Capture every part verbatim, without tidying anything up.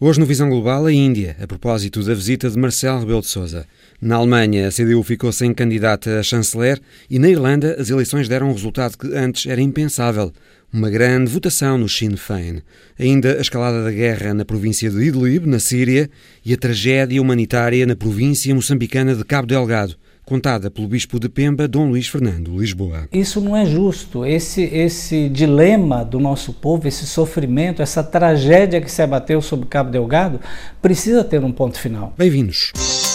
Hoje no Visão Global, a Índia, a propósito da visita de Marcelo Rebelo de Sousa. Na Alemanha, a C D U ficou sem candidata a chanceler e na Irlanda as eleições deram um resultado que antes era impensável. Uma grande votação no Sinn Féin. Ainda a escalada da guerra na província de Idlib, na Síria, e a tragédia humanitária na província moçambicana de Cabo Delgado, contada pelo bispo de Pemba, Dom Luís Fernando Lisboa. Isso não é justo. Esse, esse dilema do nosso povo, esse sofrimento, essa tragédia que se abateu sobre Cabo Delgado, precisa ter um ponto final. Bem-vindos.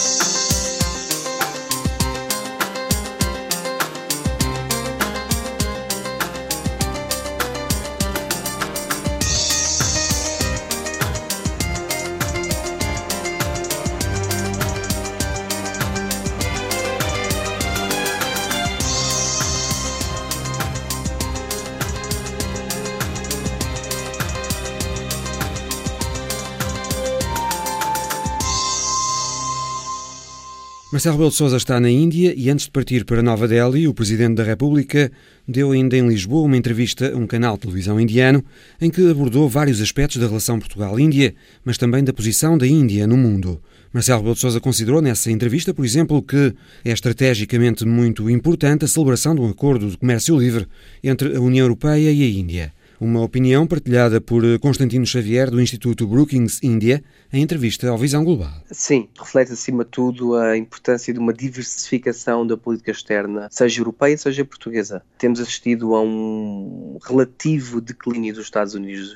Marcelo Rebelo de Sousa está na Índia e antes de partir para Nova Delhi, o Presidente da República deu ainda em Lisboa uma entrevista a um canal de televisão indiano em que abordou vários aspectos da relação Portugal-Índia, mas também da posição da Índia no mundo. Marcelo Rebelo de Sousa considerou nessa entrevista, por exemplo, que é estrategicamente muito importante a celebração de um acordo de comércio livre entre a União Europeia e a Índia. Uma opinião partilhada por Constantino Xavier, do Instituto Brookings India, em entrevista ao Visão Global. Sim, reflete acima de tudo a importância de uma diversificação da política externa, seja europeia, seja portuguesa. Temos assistido a um relativo declínio dos Estados Unidos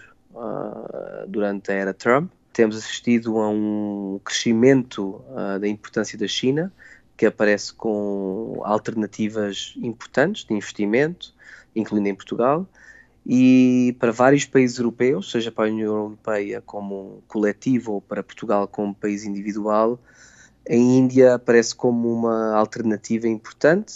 uh, durante a era Trump. Temos assistido a um crescimento uh, da importância da China, que aparece com alternativas importantes de investimento, incluindo em Portugal. E para vários países europeus, seja para a União Europeia como coletivo ou para Portugal como país individual, a Índia aparece como uma alternativa importante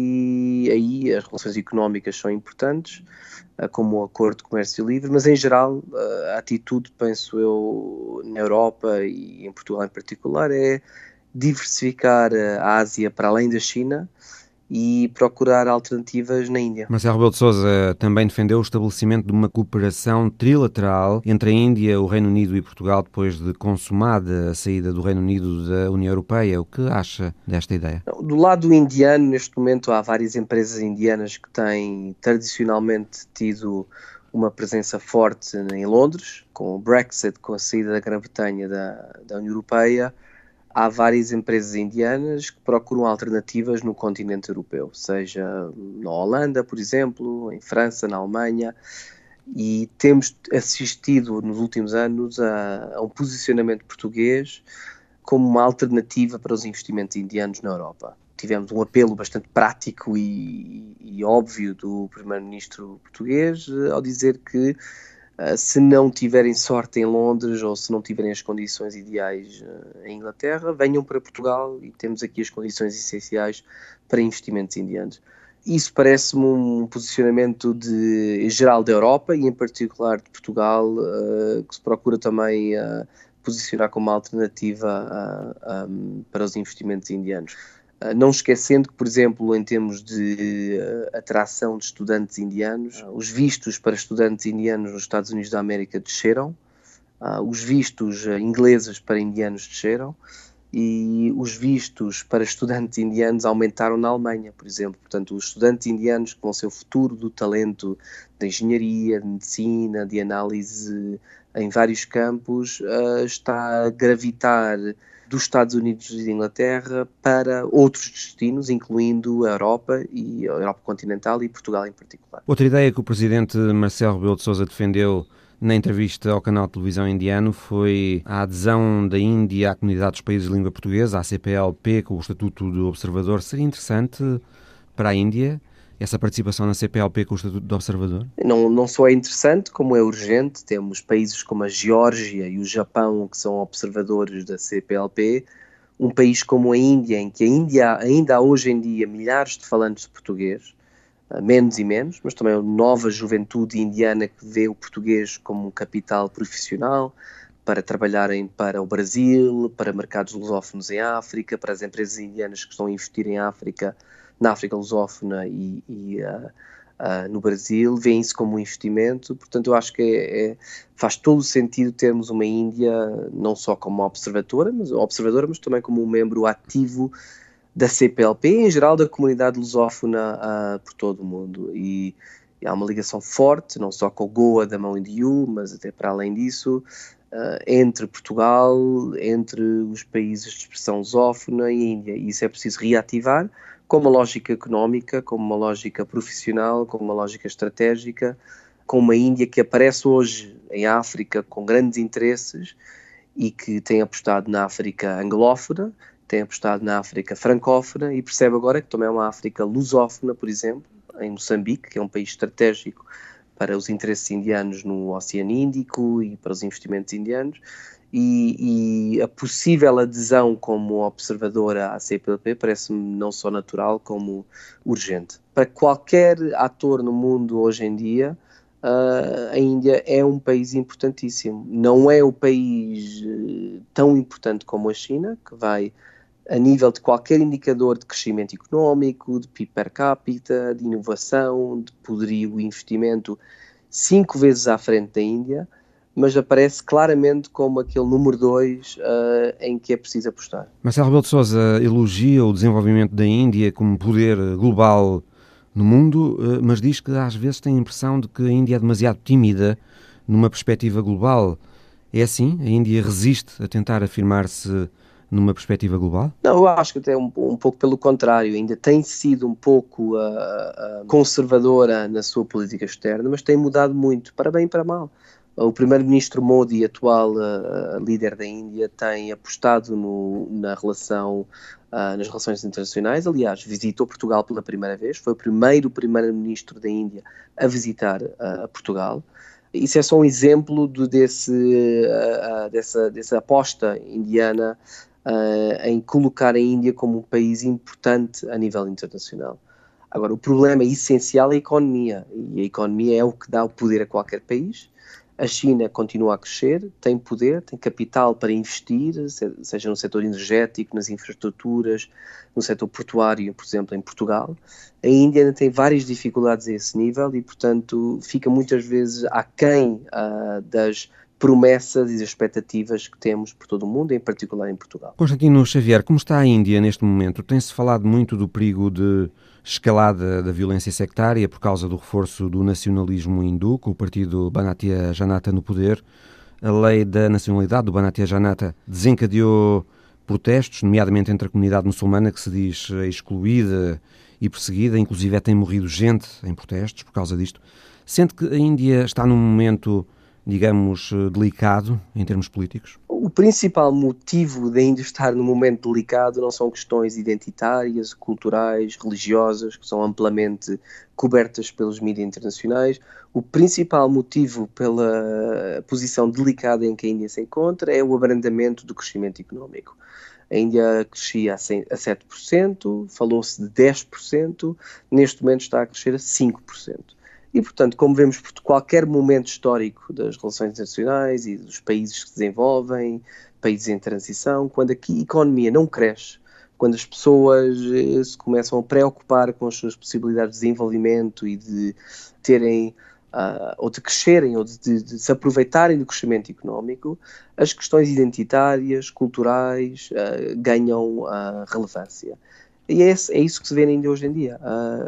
e aí as relações económicas são importantes, como o Acordo de Comércio Livre, mas em geral a atitude, penso eu, na Europa e em Portugal em particular, é diversificar a Ásia para além da China e procurar alternativas na Índia. Marcelo Rebelo de Sousa também defendeu o estabelecimento de uma cooperação trilateral entre a Índia, o Reino Unido e Portugal depois de consumada a saída do Reino Unido da União Europeia. O que acha desta ideia? Do lado indiano, neste momento, há várias empresas indianas que têm tradicionalmente tido uma presença forte em Londres, com o Brexit, com a saída da Grã-Bretanha da, da União Europeia. Há várias empresas indianas que procuram alternativas no continente europeu, seja na Holanda, por exemplo, em França, na Alemanha, e temos assistido nos últimos anos a, a um posicionamento português como uma alternativa para os investimentos indianos na Europa. Tivemos um apelo bastante prático e, e óbvio do primeiro-ministro português ao dizer que Uh, se não tiverem sorte em Londres ou se não tiverem as condições ideais uh, em Inglaterra, venham para Portugal e temos aqui as condições essenciais para investimentos indianos. Isso parece-me um posicionamento de, geral da Europa e em particular de Portugal, uh, que se procura também uh, posicionar como alternativa uh, um, para os investimentos indianos. Uh, não esquecendo que, por exemplo, em termos de uh, atração de estudantes indianos, uh, os vistos para estudantes indianos nos Estados Unidos da América desceram, uh, os vistos uh, ingleses para indianos desceram e os vistos para estudantes indianos aumentaram na Alemanha, por exemplo. Portanto, os estudantes indianos que vão ser o futuro do talento de engenharia, de medicina, de análise em vários campos, uh, está a gravitar dos Estados Unidos e da Inglaterra para outros destinos, incluindo a Europa e a Europa continental e Portugal em particular. Outra ideia que o presidente Marcelo Rebelo de Sousa defendeu na entrevista ao canal de televisão indiano foi a adesão da Índia à Comunidade dos Países de Língua Portuguesa, à C P L P, com o Estatuto de Observador. Seria interessante para a Índia essa participação na C P L P com o Estatuto de Observador? Não, não só é interessante, como é urgente. Temos países como a Geórgia e o Japão que são observadores da C P L P. Um país como a Índia, em que a Índia ainda há hoje em dia milhares de falantes de português, menos e menos, mas também a nova juventude indiana que vê o português como um capital profissional para trabalharem para o Brasil, para mercados lusófonos em África, para as empresas indianas que estão a investir em África, na África lusófona e, e uh, uh, no Brasil, veem-se como um investimento. Portanto, eu acho que é, é, faz todo o sentido termos uma Índia não só como observadora, mas, observadora, mas também como um membro ativo da C P L P e, em geral, da comunidade lusófona uh, por todo o mundo. E, e há uma ligação forte, não só com o Goa da mão Indiú, mas até para além disso, uh, entre Portugal, entre os países de expressão lusófona e a Índia. E isso é preciso reativar com uma lógica económica, com uma lógica profissional, com uma lógica estratégica, com uma Índia que aparece hoje em África com grandes interesses e que tem apostado na África anglófona, tem apostado na África francófona e percebe agora que também é uma África lusófona, por exemplo, em Moçambique, que é um país estratégico para os interesses indianos no Oceano Índico e para os investimentos indianos, e, e a possível adesão como observadora à C P L P parece-me não só natural como urgente. Para qualquer ator no mundo hoje em dia, Uh, a Índia é um país importantíssimo. Não é o país uh, tão importante como a China, que vai, a nível de qualquer indicador de crescimento económico, de P I B per capita, de inovação, de poderio e investimento, cinco vezes à frente da Índia, mas aparece claramente como aquele número dois uh, em que é preciso apostar. Marcelo Rebelo de Sousa elogia o desenvolvimento da Índia como poder global no mundo, mas diz que às vezes tem a impressão de que a Índia é demasiado tímida numa perspectiva global. É assim? A Índia resiste a tentar afirmar-se numa perspectiva global? Não, eu acho que até um, um pouco pelo contrário, ainda tem sido um pouco uh, uh, conservadora na sua política externa, mas tem mudado muito, para bem e para mal. O primeiro-ministro Modi, atual uh, líder da Índia, tem apostado no, na relação, uh, nas relações internacionais. Aliás, visitou Portugal pela primeira vez. Foi o primeiro primeiro-ministro da Índia a visitar uh, Portugal. Isso é só um exemplo de, desse, uh, uh, dessa, dessa aposta indiana uh, em colocar a Índia como um país importante a nível internacional. Agora, o problema essencial é a economia. E a economia é o que dá o poder a qualquer país. A China continua a crescer, tem poder, tem capital para investir, seja no setor energético, nas infraestruturas, no setor portuário, por exemplo, em Portugal. A Índia ainda tem várias dificuldades a esse nível e, portanto, fica muitas vezes aquém uh, das promessas e das expectativas que temos por todo o mundo, em particular em Portugal. Constantino Xavier, como está a Índia neste momento? Tem-se falado muito do perigo de escalada da violência sectária por causa do reforço do nacionalismo hindu, com o partido Bharatiya Janata no poder. A lei da nacionalidade do Bharatiya Janata desencadeou protestos, nomeadamente entre a comunidade muçulmana, que se diz excluída e perseguida, inclusive tem morrido gente em protestos por causa disto. Sente que a Índia está num momento, digamos, delicado em termos políticos? O principal motivo de ainda estar num momento delicado não são questões identitárias, culturais, religiosas, que são amplamente cobertas pelos mídias internacionais. O principal motivo pela posição delicada em que a Índia se encontra é o abrandamento do crescimento económico. A Índia crescia a sete por cento, falou-se de dez por cento, neste momento está a crescer a cinco por cento. E, portanto, como vemos por qualquer momento histórico das relações internacionais e dos países que se desenvolvem, países em transição, quando a economia não cresce, quando as pessoas se começam a preocupar com as suas possibilidades de desenvolvimento e de terem, uh, ou de crescerem, ou de, de, de se aproveitarem do crescimento económico, as questões identitárias, culturais, uh, ganham uh, relevância. E é, esse, é isso que se vê ainda hoje em dia.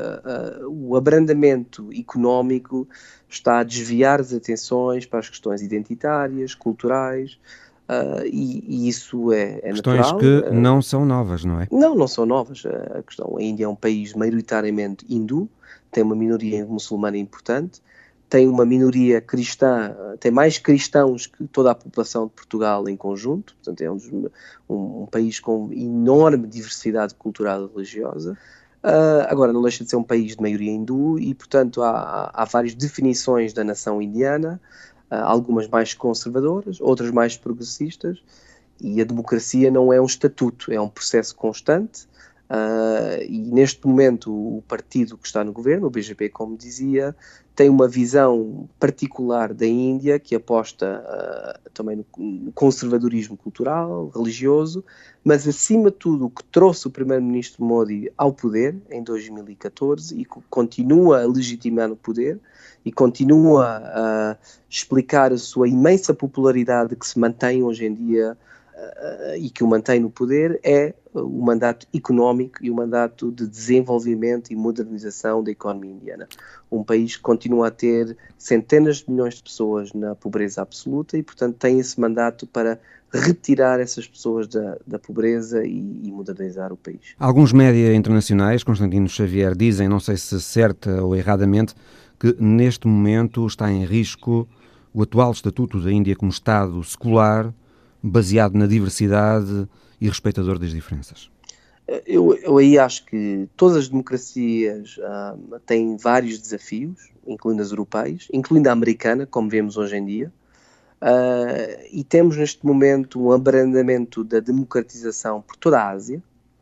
Uh, uh, o abrandamento económico está a desviar as atenções para as questões identitárias, culturais, uh, e, e isso é, é questões natural. Questões que uh, não são novas, não é? Não, não são novas. A questão, a Índia é um país maioritariamente hindu, tem uma minoria muçulmana importante, tem uma minoria cristã, tem mais cristãos que toda a população de Portugal em conjunto, portanto é um, um, um país com enorme diversidade cultural e religiosa. Uh, agora, não deixa de ser um país de maioria hindu e, portanto, há, há várias definições da nação indiana, uh, algumas mais conservadoras, outras mais progressistas, e a democracia não é um estatuto, é um processo constante. Uh, e neste momento o partido que está no governo, o B J P, como dizia, tem uma visão particular da Índia que aposta uh, também no, no conservadorismo cultural, religioso, mas acima de tudo o que trouxe o primeiro-ministro Modi ao poder em dois mil e catorze e que continua a legitimar o poder e continua a explicar a sua imensa popularidade que se mantém hoje em dia uh, e que o mantém no poder, é o mandato económico e o mandato de desenvolvimento e modernização da economia indiana. Um país que continua a ter centenas de milhões de pessoas na pobreza absoluta e, portanto, tem esse mandato para retirar essas pessoas da, da pobreza e, e modernizar o país. Alguns média internacionais, Constantino Xavier, dizem, não sei se certa ou erradamente, que neste momento está em risco o atual estatuto da Índia como Estado secular, baseado na diversidade e respeitador das diferenças. Eu, eu aí acho que todas as democracias uh, têm vários desafios, incluindo as europeias, incluindo a americana, como vemos hoje em dia, uh, e temos neste momento um abrandamento da democratização por toda a Ásia,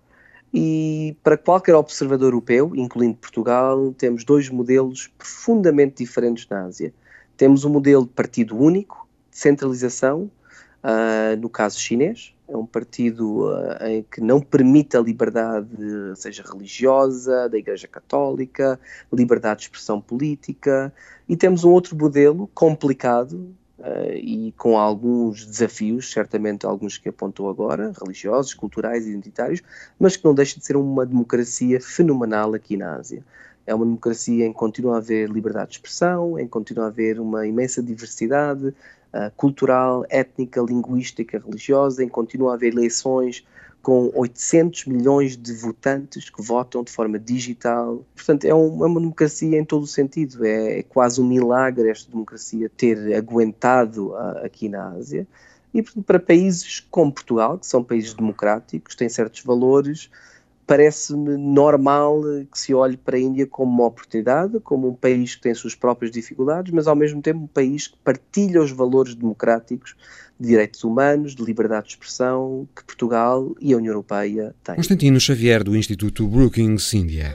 e para qualquer observador europeu, incluindo Portugal, temos dois modelos profundamente diferentes na Ásia. Temos um modelo de partido único, de centralização, uh, no caso chinês. É um partido uh, em que não permite a liberdade, seja religiosa, da Igreja Católica, liberdade de expressão política. E temos um outro modelo complicado uh, e com alguns desafios, certamente alguns que apontou agora, religiosos, culturais, identitários, mas que não deixa de ser uma democracia fenomenal aqui na Ásia. É uma democracia em que continua a haver liberdade de expressão, em que continua a haver uma imensa diversidade uh, cultural, étnica, linguística, religiosa, em que continua a haver eleições com oitocentos milhões de votantes que votam de forma digital. Portanto, é, um, é uma democracia em todo o sentido. É, é quase um milagre esta democracia ter aguentado uh, aqui na Ásia. E, portanto, para países como Portugal, que são países democráticos, têm certos valores, parece-me normal que se olhe para a Índia como uma oportunidade, como um país que tem suas próprias dificuldades, mas ao mesmo tempo um país que partilha os valores democráticos de direitos humanos, de liberdade de expressão, que Portugal e a União Europeia têm. Constantino Xavier, do Instituto Brookings India.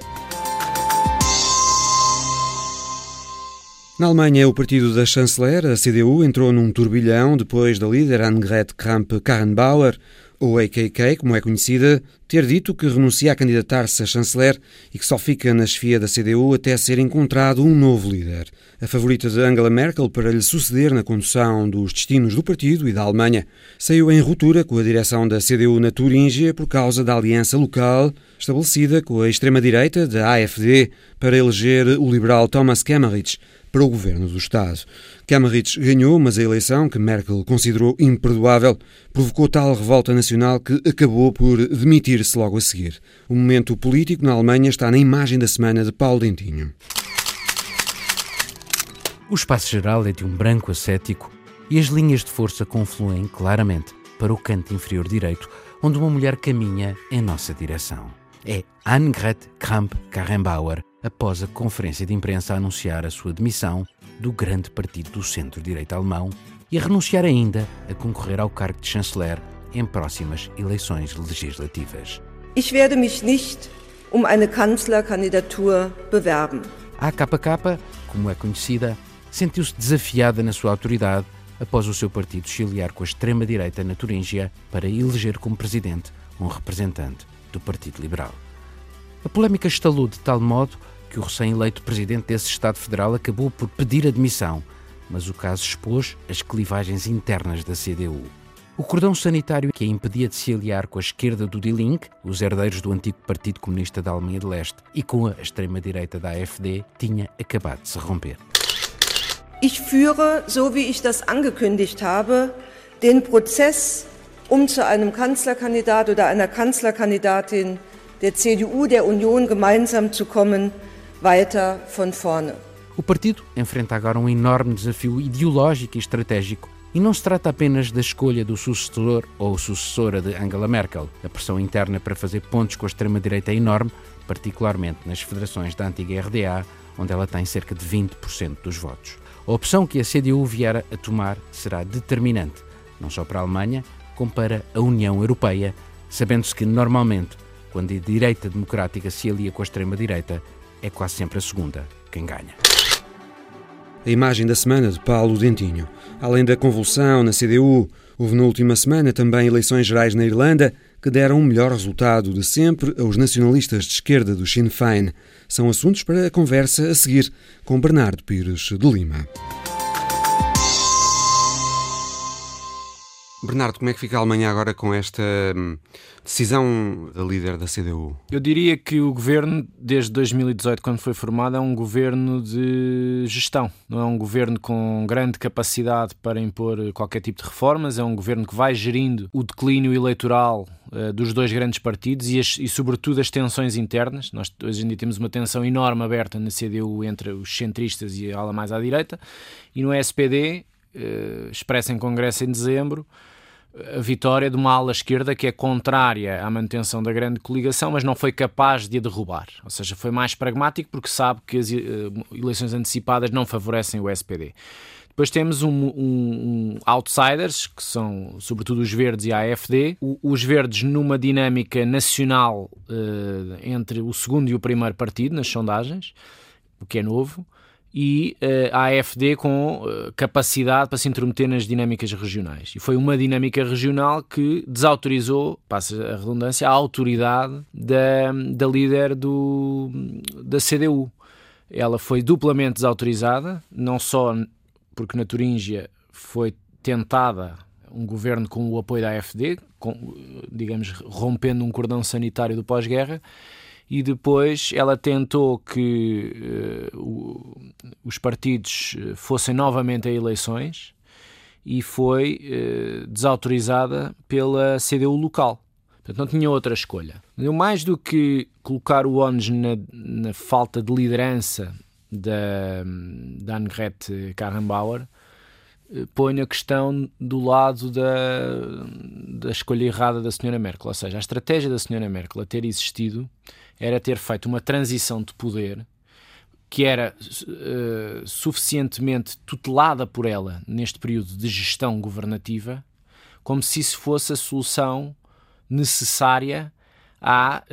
Na Alemanha, o partido da chanceler, a C D U, entrou num turbilhão depois da líder Annegret Kramp-Karrenbauer, ou A K K, como é conhecida, ter dito que renuncia a candidatar-se a chanceler e que só fica na chefia da C D U até ser encontrado um novo líder. A favorita de Angela Merkel para lhe suceder na condução dos destinos do partido e da Alemanha saiu em ruptura com a direção da C D U na Turíngia por causa da aliança local estabelecida com a extrema-direita da A F D para eleger o liberal Thomas Kemmerich para o governo do Estado. Kemmerich ganhou, mas a eleição, que Merkel considerou imperdoável, provocou tal revolta nacional que acabou por demitir-se logo a seguir. O momento político na Alemanha está na imagem da semana de Paulo Dentinho. O espaço geral é de um branco ascético e as linhas de força confluem claramente para o canto inferior direito, onde uma mulher caminha em nossa direção. É Annegret Kramp-Karrenbauer, após a conferência de imprensa a anunciar a sua demissão do grande partido do centro-direita alemão e a renunciar ainda a concorrer ao cargo de chanceler em próximas eleições legislativas. Ich werde mich nicht um eine Kanzlerkandidatur bewerben. A A K K, como é conhecida, sentiu-se desafiada na sua autoridade após o seu partido chiliar com a extrema-direita na Turíngia para eleger como presidente um representante do Partido Liberal. A polémica estalou de tal modo que o recém-eleito presidente desse Estado Federal acabou por pedir admissão, mas o caso expôs as clivagens internas da C D U. O cordão sanitário que a impedia de se aliar com a esquerda do Die Linke, os herdeiros do antigo Partido Comunista da Alemanha de Leste, e com a extrema-direita da A F D, tinha acabado de se romper. Ich führe, so wie ich das angekündigt habe, den Prozess, um zu einem Kanzlerkandidat oder einer Kanzlerkandidatin der C D U, der Union gemeinsam zu kommen, weiter von vorne. O partido enfrenta agora um enorme desafio ideológico e estratégico e não se trata apenas da escolha do sucessor ou sucessora de Angela Merkel. A pressão interna para fazer pontos com a extrema-direita é enorme, particularmente nas federações da antiga R D A, onde ela tem cerca de vinte por cento dos votos. A opção que a C D U vier a tomar será determinante, não só para a Alemanha, como para a União Europeia, sabendo-se que, normalmente, quando a direita democrática se alia com a extrema-direita, é quase sempre a segunda quem ganha. A imagem da semana de Paulo Dentinho. Além da convulsão na C D U, houve na última semana também eleições gerais na Irlanda que deram o melhor resultado de sempre aos nacionalistas de esquerda do Sinn Féin. São assuntos para a conversa a seguir com Bernardo Pires de Lima. Bernardo, como é que fica a Alemanha agora com esta decisão da líder da C D U? Eu diria que o governo, desde dois mil e dezoito, quando foi formado, é um governo de gestão. Não é um governo com grande capacidade para impor qualquer tipo de reformas, é um governo que vai gerindo o declínio eleitoral uh, dos dois grandes partidos e, as, e, sobretudo, as tensões internas. Nós hoje em dia temos uma tensão enorme aberta na C D U entre os centristas e a ala mais à direita, e no S P D, uh, expressa em Congresso em dezembro, a vitória de uma ala esquerda que é contrária à manutenção da grande coligação, mas não foi capaz de a derrubar. Ou seja, foi mais pragmático porque sabe que as eleições antecipadas não favorecem o S P D. Depois temos um, um, um outsiders, que são sobretudo os Verdes e a A F D. O, os Verdes numa dinâmica nacional uh, entre o segundo e o primeiro partido nas sondagens, o que é novo. E uh, a A F D com uh, capacidade para se intrometer nas dinâmicas regionais. E foi uma dinâmica regional que desautorizou, passa a redundância, a autoridade da, da líder do, da C D U. Ela foi duplamente desautorizada, não só porque na Turíngia foi tentada um governo com o apoio da A F D, com, digamos, rompendo um cordão sanitário do pós-guerra, e depois ela tentou que uh, o, os partidos fossem novamente a eleições e foi uh, desautorizada pela C D U local. Portanto, não tinha outra escolha. Mais do que colocar o ónus na, na falta de liderança da, da Annegret Kramp-Karrenbauer, uh, põe a questão do lado da, da escolha errada da senhora Merkel. Ou seja, a estratégia da senhora Merkel a ter existido era ter feito uma transição de poder que era uh, suficientemente tutelada por ela neste período de gestão governativa, como se isso fosse a solução necessária à,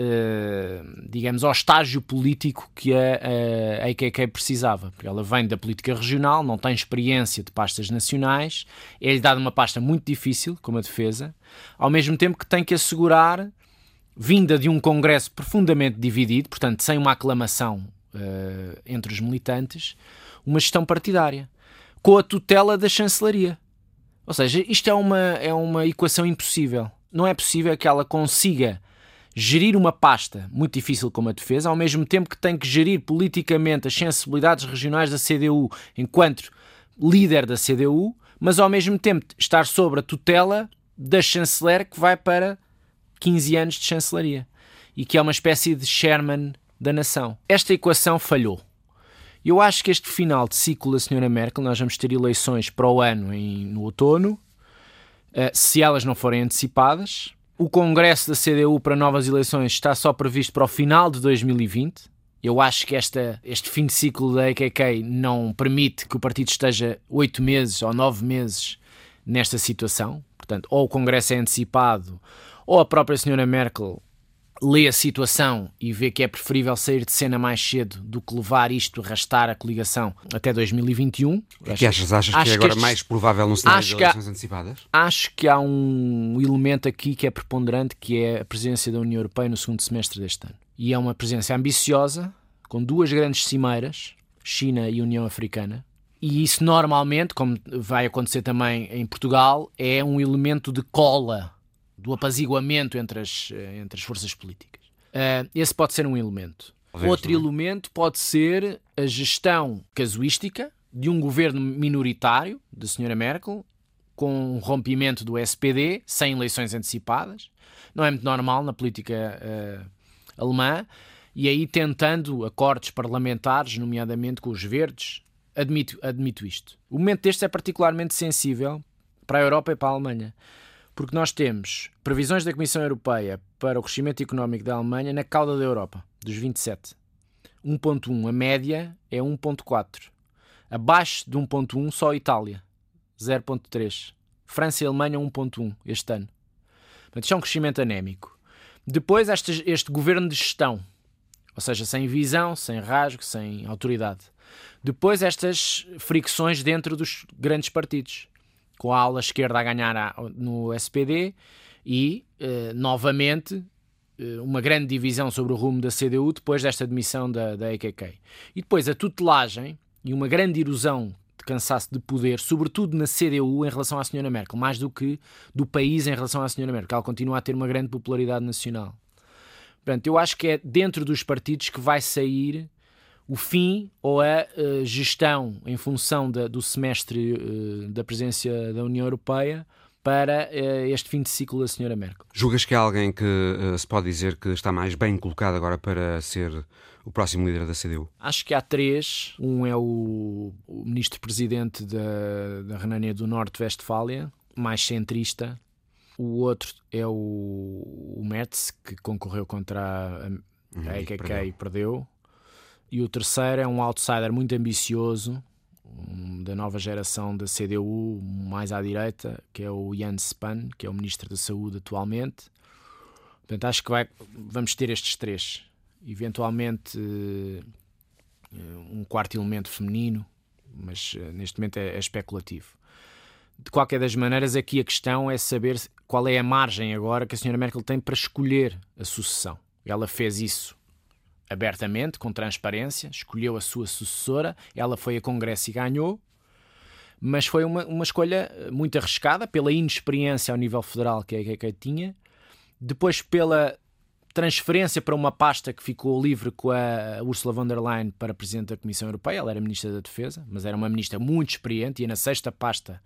uh, digamos, ao estágio político que a, a A K K precisava. Porque ela vem da política regional, não tem experiência de pastas nacionais, é-lhe dada uma pasta muito difícil, como a defesa, ao mesmo tempo que tem que assegurar, vinda de um congresso profundamente dividido, portanto sem uma aclamação uh, entre os militantes, uma gestão partidária, com a tutela da chancelaria. Ou seja, isto é uma, é uma equação impossível. Não é possível que ela consiga gerir uma pasta muito difícil como a defesa, ao mesmo tempo que tem que gerir politicamente as sensibilidades regionais da C D U enquanto líder da C D U, mas ao mesmo tempo estar sob a tutela da chanceler que vai para quinze anos de chancelaria e que é uma espécie de Sherman da nação. Esta equação falhou. Eu acho que este final de ciclo da senhora Merkel, nós vamos ter eleições para o ano em, no outono, uh, se elas não forem antecipadas. O congresso da C D U para novas eleições está só previsto para o final de dois mil e vinte. Eu acho que esta, este fim de ciclo da A K K não permite que o partido esteja oito meses ou nove meses nesta situação. Portanto, ou o congresso é antecipado, ou a própria senhora Merkel lê a situação e vê que é preferível sair de cena mais cedo do que levar isto, arrastar a coligação até dois mil e vinte e um. O que achas? Achas que é agora que mais provável no cenário de eleições há, antecipadas? Acho que há um elemento aqui que é preponderante, que é a presidência da União Europeia no segundo semestre deste ano. E é uma presidência ambiciosa, com duas grandes cimeiras, China e União Africana. E isso normalmente, como vai acontecer também em Portugal, é um elemento de cola, do apaziguamento entre as, entre as forças políticas. Uh, esse pode ser um elemento. Talvez, Outro não. elemento pode ser a gestão casuística de um governo minoritário, da senhora Merkel, com um rompimento do S P D, sem eleições antecipadas. Não é muito normal na política uh, alemã. E aí tentando acordos parlamentares, nomeadamente com os verdes, admito, admito isto. O momento deste é particularmente sensível para a Europa e para a Alemanha, porque nós temos previsões da Comissão Europeia para o crescimento económico da Alemanha na cauda da Europa, dos vinte e sete. um vírgula um, a média é um vírgula quatro. Abaixo de um vírgula um só a Itália, zero vírgula três. França e Alemanha um vírgula um este ano. Portanto, isto é um crescimento anémico. Depois este, este governo de gestão, ou seja, sem visão, sem rasgo, sem autoridade. Depois estas fricções dentro dos grandes partidos, com a ala esquerda a ganhar no S P D e, eh, novamente, uma grande divisão sobre o rumo da C D U depois desta demissão da, da A K K. E depois a tutelagem e uma grande erosão de cansaço de poder, sobretudo na C D U em relação à senhora Merkel, mais do que do país em relação à senhora Merkel. Ela continua a ter uma grande popularidade nacional. Portanto, eu acho que é dentro dos partidos que vai sair o fim ou a uh, gestão em função da, do semestre uh, da presidência da União Europeia para uh, este fim de ciclo da senhora Merkel. Julgas que há alguém que uh, se pode dizer que está mais bem colocado agora para ser o próximo líder da C D U? Acho que há três. Um é o, o ministro-presidente da, da Renânia do Norte-Westfália, mais centrista. O outro é o, o Merz, que concorreu contra a, a uhum, A K K e perdeu. E o terceiro é um outsider muito ambicioso, um, da nova geração da C D U, mais à direita, que é o Jens Spahn, que é o Ministro da Saúde atualmente. Portanto, acho que vai, vamos ter estes três. Eventualmente um quarto elemento feminino, mas neste momento é, é especulativo. De qualquer das maneiras, aqui a questão é saber qual é a margem agora que a senhora Merkel tem para escolher a sucessão. Ela fez isso abertamente, com transparência, escolheu a sua sucessora, ela foi a Congresso e ganhou, mas foi uma, uma escolha muito arriscada pela inexperiência ao nível federal que a A K K tinha, depois pela transferência para uma pasta que ficou livre com a Ursula von der Leyen para Presidente da Comissão Europeia. Ela era Ministra da Defesa, mas era uma ministra muito experiente, ia na sexta pasta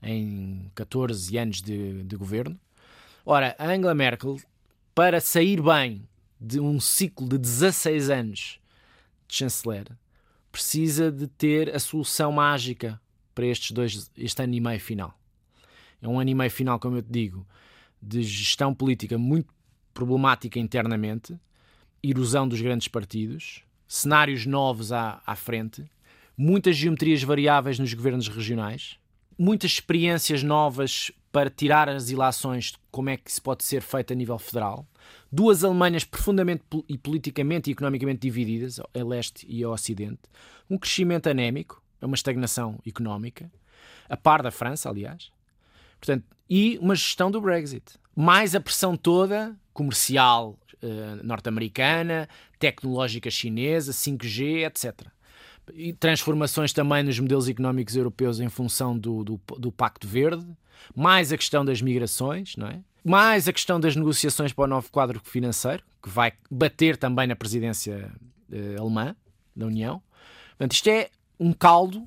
em catorze anos de, de governo. Ora, a Angela Merkel, para sair bem de um ciclo de dezasseis anos de chanceler, precisa de ter a solução mágica para estes dois, este ano e meio final. É um ano e meio final, como eu te digo, de gestão política muito problemática internamente, erosão dos grandes partidos, cenários novos à, à frente, muitas geometrias variáveis nos governos regionais, muitas experiências novas para tirar as ilações de como é que se pode ser feito a nível federal, duas Alemanhas profundamente e politicamente e economicamente divididas, a leste e a ocidente, um crescimento anémico, uma estagnação económica, a par da França, aliás, portanto, e uma gestão do Brexit. Mais a pressão toda, comercial uh, norte-americana, tecnológica chinesa, cinco G, etcétera. E transformações também nos modelos económicos europeus em função do, do, do Pacto Verde, mais a questão das migrações, não é? Mais a questão das negociações para o novo quadro financeiro, que vai bater também na presidência uh, alemã da União. Portanto, isto é um caldo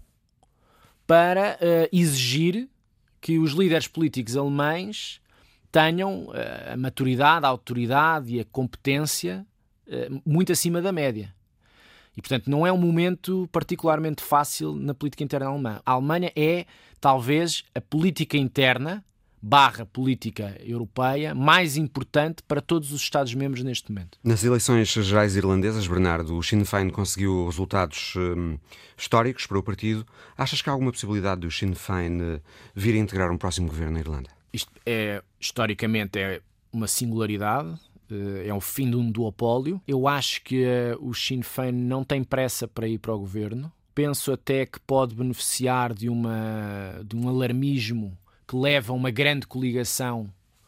para uh, exigir que os líderes políticos alemães tenham uh, a maturidade, a autoridade e a competência uh, muito acima da média. E, portanto, não é um momento particularmente fácil na política interna alemã. A Alemanha é, talvez, a política interna barra política europeia mais importante para todos os Estados-membros neste momento. Nas eleições gerais irlandesas, Bernardo, o Sinn Féin conseguiu resultados hum, históricos para o partido. Achas que há alguma possibilidade do Sinn Féin uh, vir a integrar um próximo governo na Irlanda? Isto é, historicamente, é uma singularidade. É o fim de um duopólio. Eu acho que uh, o Sinn Féin não tem pressa para ir para o governo. Penso até que pode beneficiar de, uma, de um alarmismo que leva a uma grande coligação.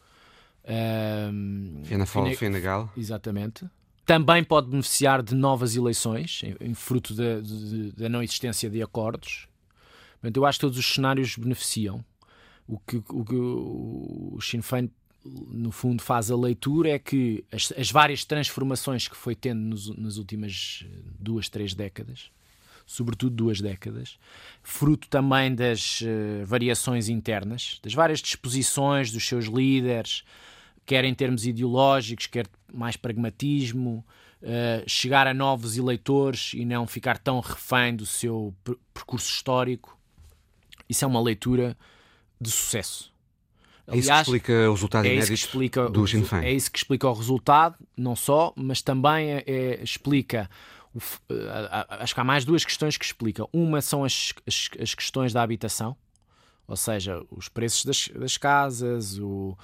Um, Fianna Fáil, Fine Gael. Exatamente. Também pode beneficiar de novas eleições, em, em fruto da, de, da não existência de acordos. Portanto, eu acho que todos os cenários beneficiam. O que o, que o Sinn Féin, no fundo, faz a leitura é que as, as várias transformações que foi tendo nos, nas últimas duas, três décadas, sobretudo duas décadas, fruto também das uh, variações internas, das várias disposições dos seus líderes, quer em termos ideológicos, quer mais pragmatismo, uh, chegar a novos eleitores e não ficar tão refém do seu per- percurso histórico. Isso é uma leitura de sucesso. É isso Aliás, que explica o resultado é inédito explica, do Sinn Féin. É isso que explica o resultado, não só, mas também é, é, explica... O, acho que há mais duas questões que explicam. Uma são as, as, as questões da habitação, Ou seja, os preços das, das casas, o,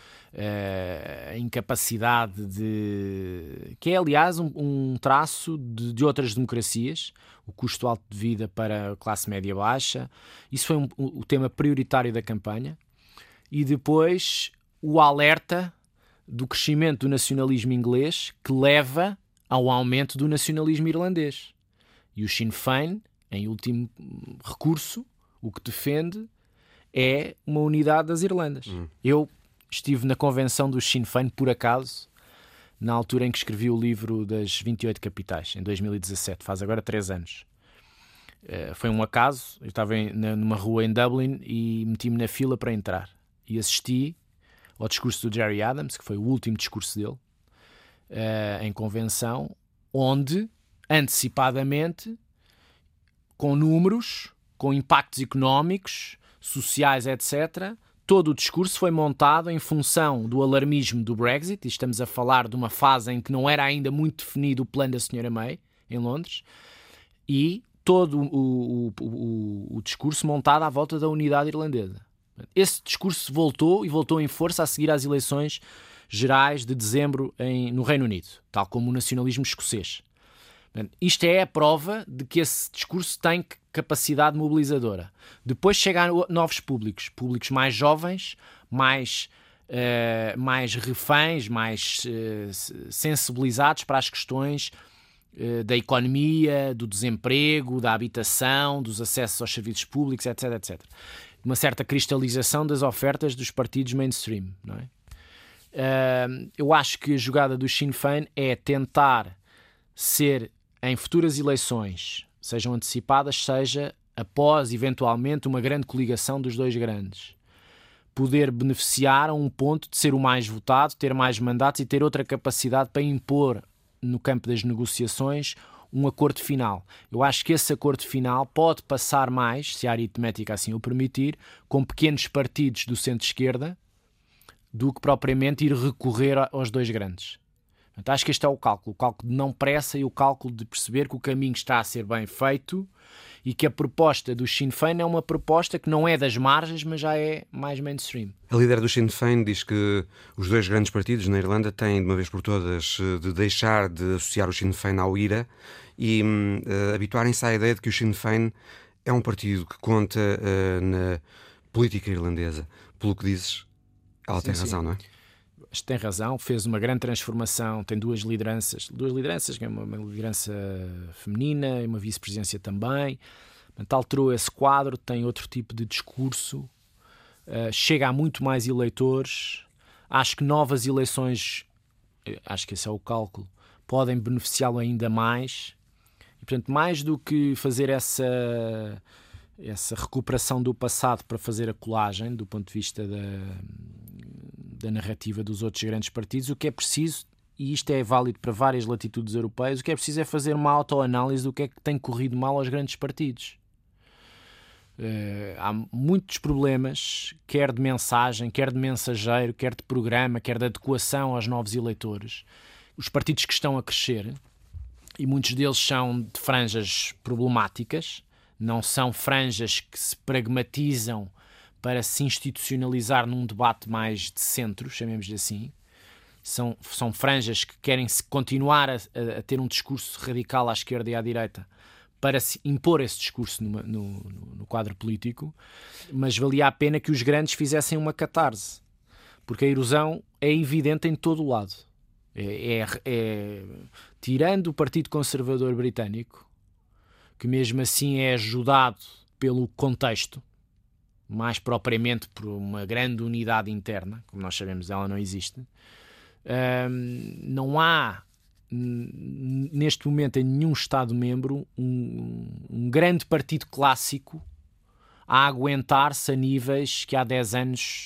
a incapacidade de... que é, aliás, um, um traço de, de outras democracias, o custo alto de vida para a classe média baixa. Isso foi um, o tema prioritário da campanha. E depois o alerta do crescimento do nacionalismo inglês, que leva ao aumento do nacionalismo irlandês. E o Sinn Féin, em último recurso, o que defende é uma unidade das Irlandas. Hum. Eu estive na convenção do Sinn Féin, por acaso, na altura em que escrevi o livro das vinte e oito capitais, em dois mil e dezassete, faz agora três anos. Uh, foi um acaso, eu estava em, na, numa rua em Dublin e meti-me na fila para entrar. E assisti ao discurso do Gerry Adams, que foi o último discurso dele, uh, em convenção, onde, antecipadamente, com números, com impactos económicos, sociais, etcétera, todo o discurso foi montado em função do alarmismo do Brexit, e estamos a falar de uma fase em que não era ainda muito definido o plano da senhora May, em Londres, e todo o, o, o, o discurso montado à volta da unidade irlandesa. Esse discurso voltou, e voltou em força a seguir às eleições gerais de dezembro em, no Reino Unido, tal como o nacionalismo escocês. Isto é a prova de que esse discurso tem capacidade mobilizadora. Depois chegam novos públicos, públicos mais jovens, mais, uh, mais reféns, mais uh, sensibilizados para as questões uh, da economia, do desemprego, da habitação, dos acessos aos serviços públicos, etc, etcétera. Uma certa cristalização das ofertas dos partidos mainstream, não é? Uh, eu acho que a jogada do Sinn Féin é tentar ser, em futuras eleições, sejam antecipadas, seja após, eventualmente, uma grande coligação dos dois grandes, poder beneficiar a um ponto de ser o mais votado, ter mais mandatos e ter outra capacidade para impor, no campo das negociações, um acordo final. Eu acho que esse acordo final pode passar mais, se a aritmética assim o permitir, com pequenos partidos do centro-esquerda, do que propriamente ir recorrer aos dois grandes. Portanto, acho que este é o cálculo, o cálculo de não pressa e o cálculo de perceber que o caminho está a ser bem feito e que a proposta do Sinn Féin é uma proposta que não é das margens, mas já é mais mainstream. A líder do Sinn Féin diz que os dois grandes partidos na Irlanda têm, de uma vez por todas, de deixar de associar o Sinn Féin ao IRA e uh, habituarem-se à ideia de que o Sinn Féin é um partido que conta uh, na política irlandesa. Pelo que dizes, ela sim, tem razão, sim. Não é? Tem razão, fez uma grande transformação, tem duas lideranças, duas lideranças, uma, uma liderança feminina e uma vice-presidência também. Portanto, alterou esse quadro, tem outro tipo de discurso, uh, chega a muito mais eleitores. Acho que novas eleições, acho que esse é o cálculo, podem beneficiá-lo ainda mais. E, portanto, mais do que fazer essa, essa recuperação do passado para fazer a colagem, do ponto de vista da... da narrativa dos outros grandes partidos, o que é preciso, e isto é válido para várias latitudes europeias, o que é preciso é fazer uma autoanálise do que é que tem corrido mal aos grandes partidos. Uh, há muitos problemas, quer de mensagem, quer de mensageiro, quer de programa, quer de adequação aos novos eleitores. Os partidos que estão a crescer, e muitos deles são de franjas problemáticas, não são franjas que se pragmatizam para se institucionalizar num debate mais de centro, chamemos-lhe assim. São, são franjas que querem -se continuar a, a, a ter um discurso radical à esquerda e à direita para se impor esse discurso numa, no, no, no quadro político, mas valia a pena que os grandes fizessem uma catarse, porque a erosão é evidente em todo o lado. É, é, é, tirando o Partido Conservador Britânico, que mesmo assim é ajudado pelo contexto, mais propriamente por uma grande unidade interna, como nós sabemos, ela não existe. Um, não há, neste momento, em nenhum Estado-membro, um, um grande partido clássico a aguentar-se a níveis que há dez anos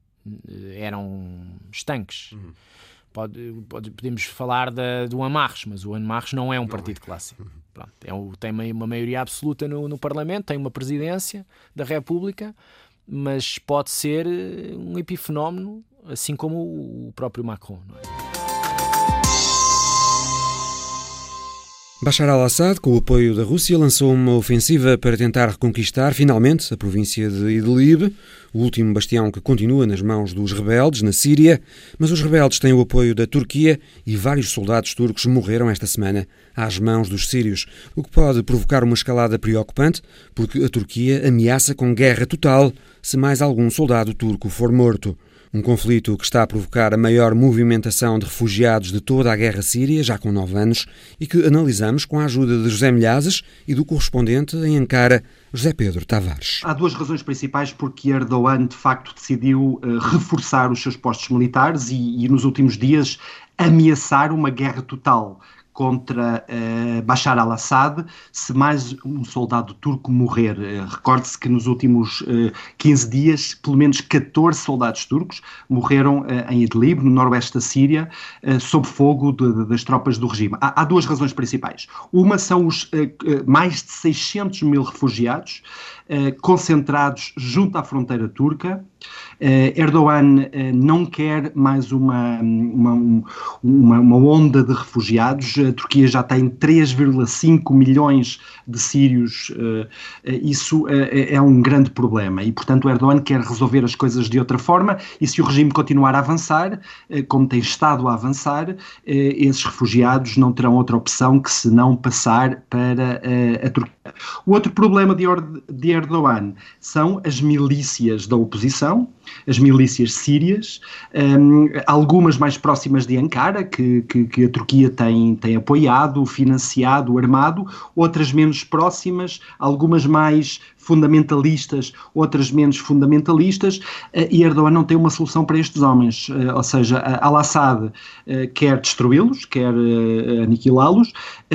eram estanques. Uhum. Pode, pode, podemos falar da, do Amarres, mas o Amarres não é um não partido é. clássico. Uhum. Pronto, é o, tem uma maioria absoluta no, no Parlamento, tem uma presidência da República, mas pode ser um epifenómeno, assim como o próprio Macron, não é? Bashar al-Assad, com o apoio da Rússia, lançou uma ofensiva para tentar reconquistar, finalmente, a província de Idlib, o último bastião que continua nas mãos dos rebeldes, na Síria, mas os rebeldes têm o apoio da Turquia e vários soldados turcos morreram esta semana às mãos dos sírios, o que pode provocar uma escalada preocupante, porque a Turquia ameaça com guerra total se mais algum soldado turco for morto. Um conflito que está a provocar a maior movimentação de refugiados de toda a guerra síria, já com nove anos, e que analisamos com a ajuda de José Milhazes e do correspondente em Ankara, José Pedro Tavares. Há duas razões principais porque Erdogan, de facto, decidiu uh, reforçar os seus postos militares e, e, nos últimos dias, ameaçar uma guerra total contra uh, Bashar al-Assad, se mais um soldado turco morrer. Uh, recorde-se que nos últimos uh, quinze dias, pelo menos catorze soldados turcos morreram uh, em Idlib, no noroeste da Síria, uh, sob fogo de, de, das tropas do regime. Há, há duas razões principais. Uma são os uh, uh, mais de seiscentos mil refugiados uh, concentrados junto à fronteira turca. Uh, Erdogan uh, não quer mais uma, uma, uma, uma onda de refugiados. A Turquia já tem três vírgula cinco milhões de sírios. Uh, uh, isso uh, é um grande problema e, portanto, Erdogan quer resolver as coisas de outra forma e, se o regime continuar a avançar, uh, como tem estado a avançar, uh, esses refugiados não terão outra opção que se não passar para uh, a Turquia. O outro problema de, de Erdogan são as milícias da oposição, as milícias sírias, um, algumas mais próximas de Ankara, que, que, que a Turquia tem, tem apoiado, financiado, armado, outras menos próximas, algumas mais fundamentalistas, outras menos fundamentalistas, e Erdogan não tem uma solução para estes homens, ou seja, al-Assad quer destruí-los, quer aniquilá-los,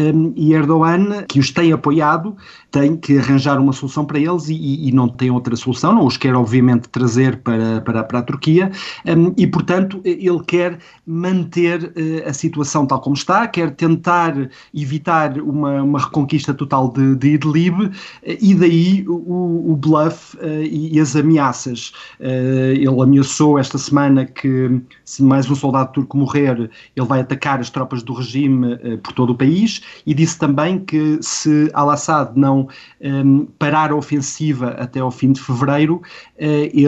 e Erdogan, que os tem apoiado, tem que arranjar uma solução para eles e, e não tem outra solução, não os quer obviamente trazer para, para, para a Turquia, e portanto ele quer manter a situação tal como está, quer tentar evitar uma, uma reconquista total de, de Idlib, e daí o, o bluff uh, e, e as ameaças. Uh, ele ameaçou esta semana que se mais um soldado turco morrer, ele vai atacar as tropas do regime uh, por todo o país, e disse também que se al-Assad não um, parar a ofensiva até ao fim de fevereiro, uh, ele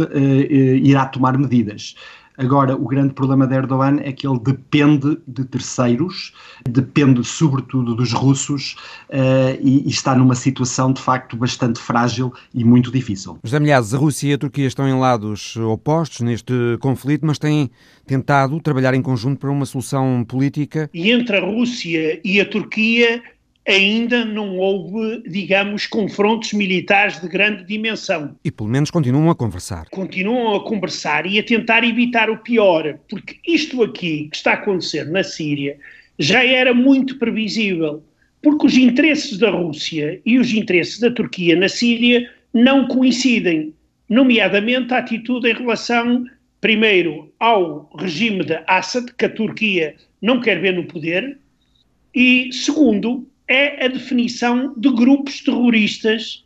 uh, irá tomar medidas. Agora, o grande problema de Erdogan é que ele depende de terceiros, depende sobretudo dos russos uh, e, e está numa situação de facto bastante frágil e muito difícil. José Milhazes, a Rússia e a Turquia estão em lados opostos neste conflito, mas têm tentado trabalhar em conjunto para uma solução política. E entre a Rússia e a Turquia ainda não houve, digamos, confrontos militares de grande dimensão. E pelo menos continuam a conversar. Continuam a conversar e a tentar evitar o pior, porque isto aqui que está a acontecer na Síria já era muito previsível, porque os interesses da Rússia e os interesses da Turquia na Síria não coincidem, nomeadamente a atitude em relação, primeiro, ao regime de Assad, que a Turquia não quer ver no poder, e, segundo, é a definição de grupos terroristas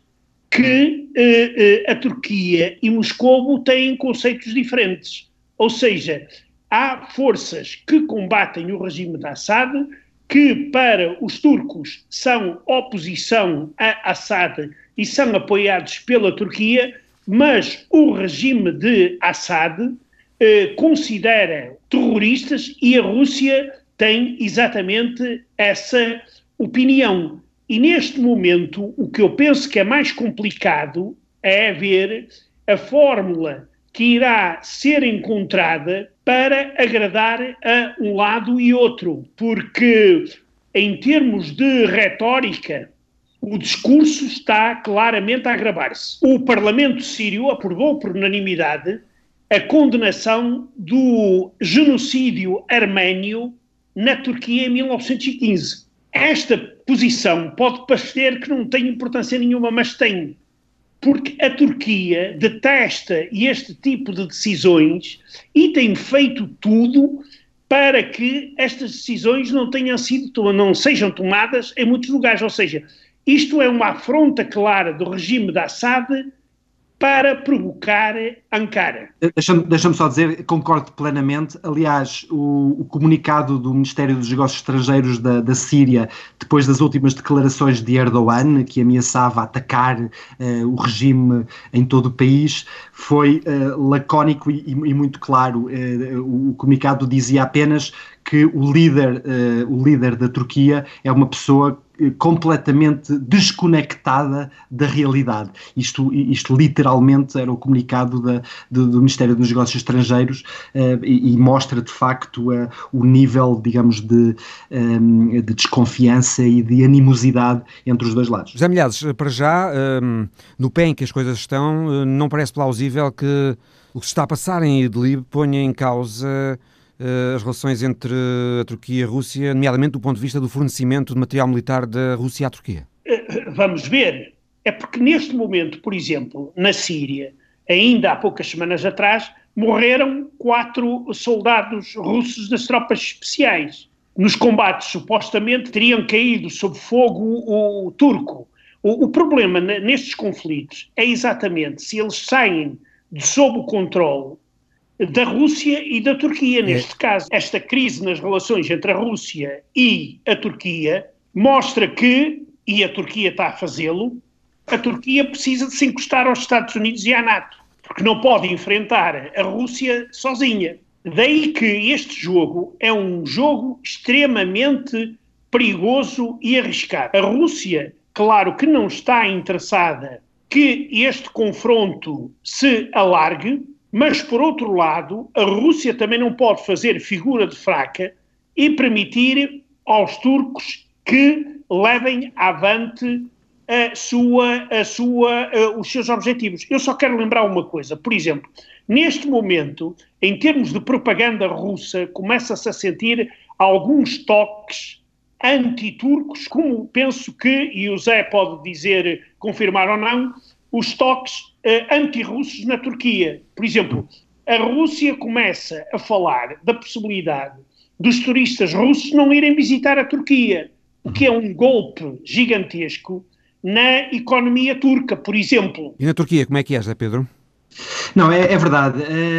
que eh, eh, a Turquia e Moscovo têm conceitos diferentes. Ou seja, há forças que combatem o regime de Assad, que para os turcos são oposição a Assad e são apoiados pela Turquia, mas o regime de Assad eh, considera terroristas e a Rússia tem exatamente essa opinião. E neste momento o que eu penso que é mais complicado é ver a fórmula que irá ser encontrada para agradar a um lado e outro, porque em termos de retórica o discurso está claramente a agravar-se. O Parlamento sírio aprovou por unanimidade a condenação do genocídio arménio na Turquia em mil novecentos e quinze. Esta posição pode parecer que não tem importância nenhuma, mas tem, porque a Turquia detesta este tipo de decisões e tem feito tudo para que estas decisões não tenham sido, não sejam tomadas em muitos lugares. Ou seja, isto é uma afronta clara do regime de Assad para provocar Ankara. Deixa-me, deixa-me só dizer, concordo plenamente. Aliás, o, o comunicado do Ministério dos Negócios Estrangeiros da, da Síria, depois das últimas declarações de Erdogan, que ameaçava atacar uh, o regime em todo o país, foi uh, lacónico e, e muito claro. Uh, o comunicado dizia apenas que o líder, uh, o líder da Turquia é uma pessoa completamente desconectada da realidade. Isto, isto literalmente era o comunicado da, do, do Ministério dos Negócios Estrangeiros uh, e, e mostra de facto uh, o nível, digamos, de, um, de desconfiança e de animosidade entre os dois lados. José Milhazes, para já, um, no pé em que as coisas estão, não parece plausível que o que se está a passar em Idlib ponha em causa as relações entre a Turquia e a Rússia, nomeadamente do ponto de vista do fornecimento de material militar da Rússia à Turquia? Vamos ver. É porque neste momento, por exemplo, na Síria, ainda há poucas semanas atrás, morreram quatro soldados russos das tropas especiais. Nos combates, supostamente, teriam caído sob fogo o, o turco. O, o problema nestes conflitos é exatamente se eles saem de sob o controle da Rússia e da Turquia. Neste é. caso, esta crise nas relações entre a Rússia e a Turquia mostra que, e a Turquia está a fazê-lo, a Turquia precisa de se encostar aos Estados Unidos e à NATO, porque não pode enfrentar a Rússia sozinha. Daí que este jogo é um jogo extremamente perigoso e arriscado. A Rússia, claro que não está interessada que este confronto se alargue, mas, por outro lado, a Rússia também não pode fazer figura de fraca e permitir aos turcos que levem avante a sua, a sua, a, os seus objetivos. Eu só quero lembrar uma coisa. Por exemplo, neste momento, em termos de propaganda russa, começa-se a sentir alguns toques anti-turcos, como penso que, e o Zé pode dizer, confirmar ou não, os toques Uh, anti-russos na Turquia. Por exemplo, a Rússia começa a falar da possibilidade dos turistas russos não irem visitar a Turquia, o que é um golpe gigantesco na economia turca, por exemplo. E na Turquia, como é que é, José Pedro? Não, é, é verdade.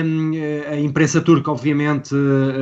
A imprensa turca, obviamente,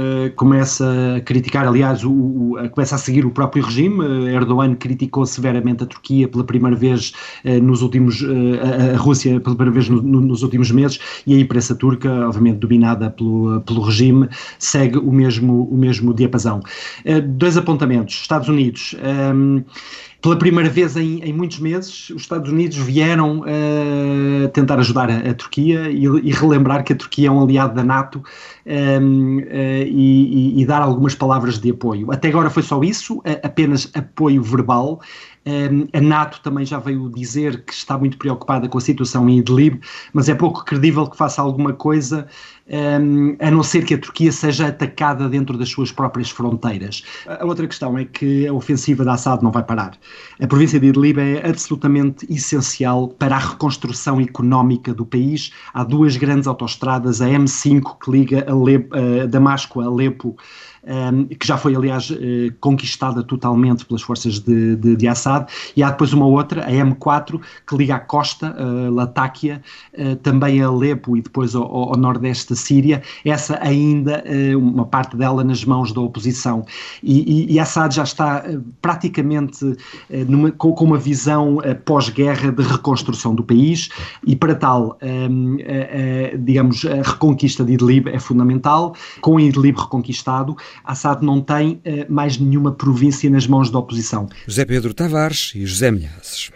começa a criticar, aliás, o, o, começa a seguir o próprio regime. Erdogan criticou severamente a Turquia pela primeira vez nos últimos, a Rússia pela primeira vez no, no, nos últimos meses, e a imprensa turca, obviamente dominada pelo, pelo regime, segue o mesmo, o mesmo diapasão. Dois apontamentos. Estados Unidos. Um, Pela primeira vez em, em muitos meses, os Estados Unidos vieram uh, tentar ajudar a, a Turquia e, e relembrar que a Turquia é um aliado da NATO um, uh, e, e, e dar algumas palavras de apoio. Até agora foi só isso, uh, apenas apoio verbal. Um, a NATO também já veio dizer que está muito preocupada com a situação em Idlib, mas é pouco credível que faça alguma coisa, um, a não ser que a Turquia seja atacada dentro das suas próprias fronteiras. A outra questão é que a ofensiva de Assad não vai parar. A província de Idlib é absolutamente essencial para a reconstrução económica do país. Há duas grandes autoestradas, a M cinco que liga Alepo, uh, Damasco a Alepo, Um, que já foi, aliás, uh, conquistada totalmente pelas forças de, de, de Assad, e há depois uma outra, a M quatro, que liga à costa, uh, Latáquia, uh, também a Alepo e depois ao, ao nordeste da Síria, essa ainda, uh, uma parte dela nas mãos da oposição. E, e, e Assad já está uh, praticamente uh, numa, com, com uma visão uh, pós-guerra de reconstrução do país, e para tal, um, uh, uh, digamos, a reconquista de Idlib é fundamental. Com Idlib reconquistado, Assad não tem uh, mais nenhuma província nas mãos da oposição. José Pedro Tavares e José Milhazes.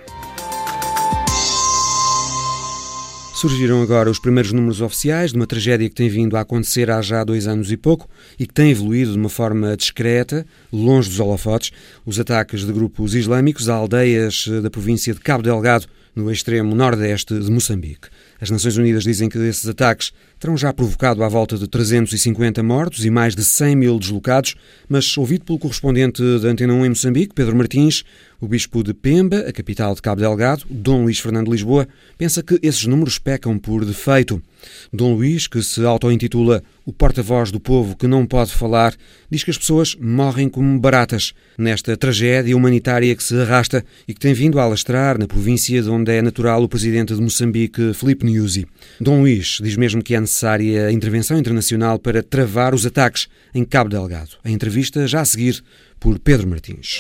Surgiram agora os primeiros números oficiais de uma tragédia que tem vindo a acontecer há já dois anos e pouco e que tem evoluído de uma forma discreta, longe dos holofotes, os ataques de grupos islâmicos a aldeias da província de Cabo Delgado, no extremo nordeste de Moçambique. As Nações Unidas dizem que esses ataques terão já provocado à volta de trezentos e cinquenta mortos e mais de cem mil deslocados, mas ouvido pelo correspondente da Antena um em Moçambique, Pedro Martins, o bispo de Pemba, a capital de Cabo Delgado, Dom Luís Fernando de Lisboa, pensa que esses números pecam por defeito. Dom Luís, que se auto-intitula o porta-voz do povo que não pode falar, diz que as pessoas morrem como baratas nesta tragédia humanitária que se arrasta e que tem vindo a alastrar na província de onde é natural o presidente de Moçambique, Filipe Nyusi. Dom Luís diz mesmo que é necessária a intervenção internacional para travar os ataques em Cabo Delgado. A entrevista já a seguir por Pedro Martins.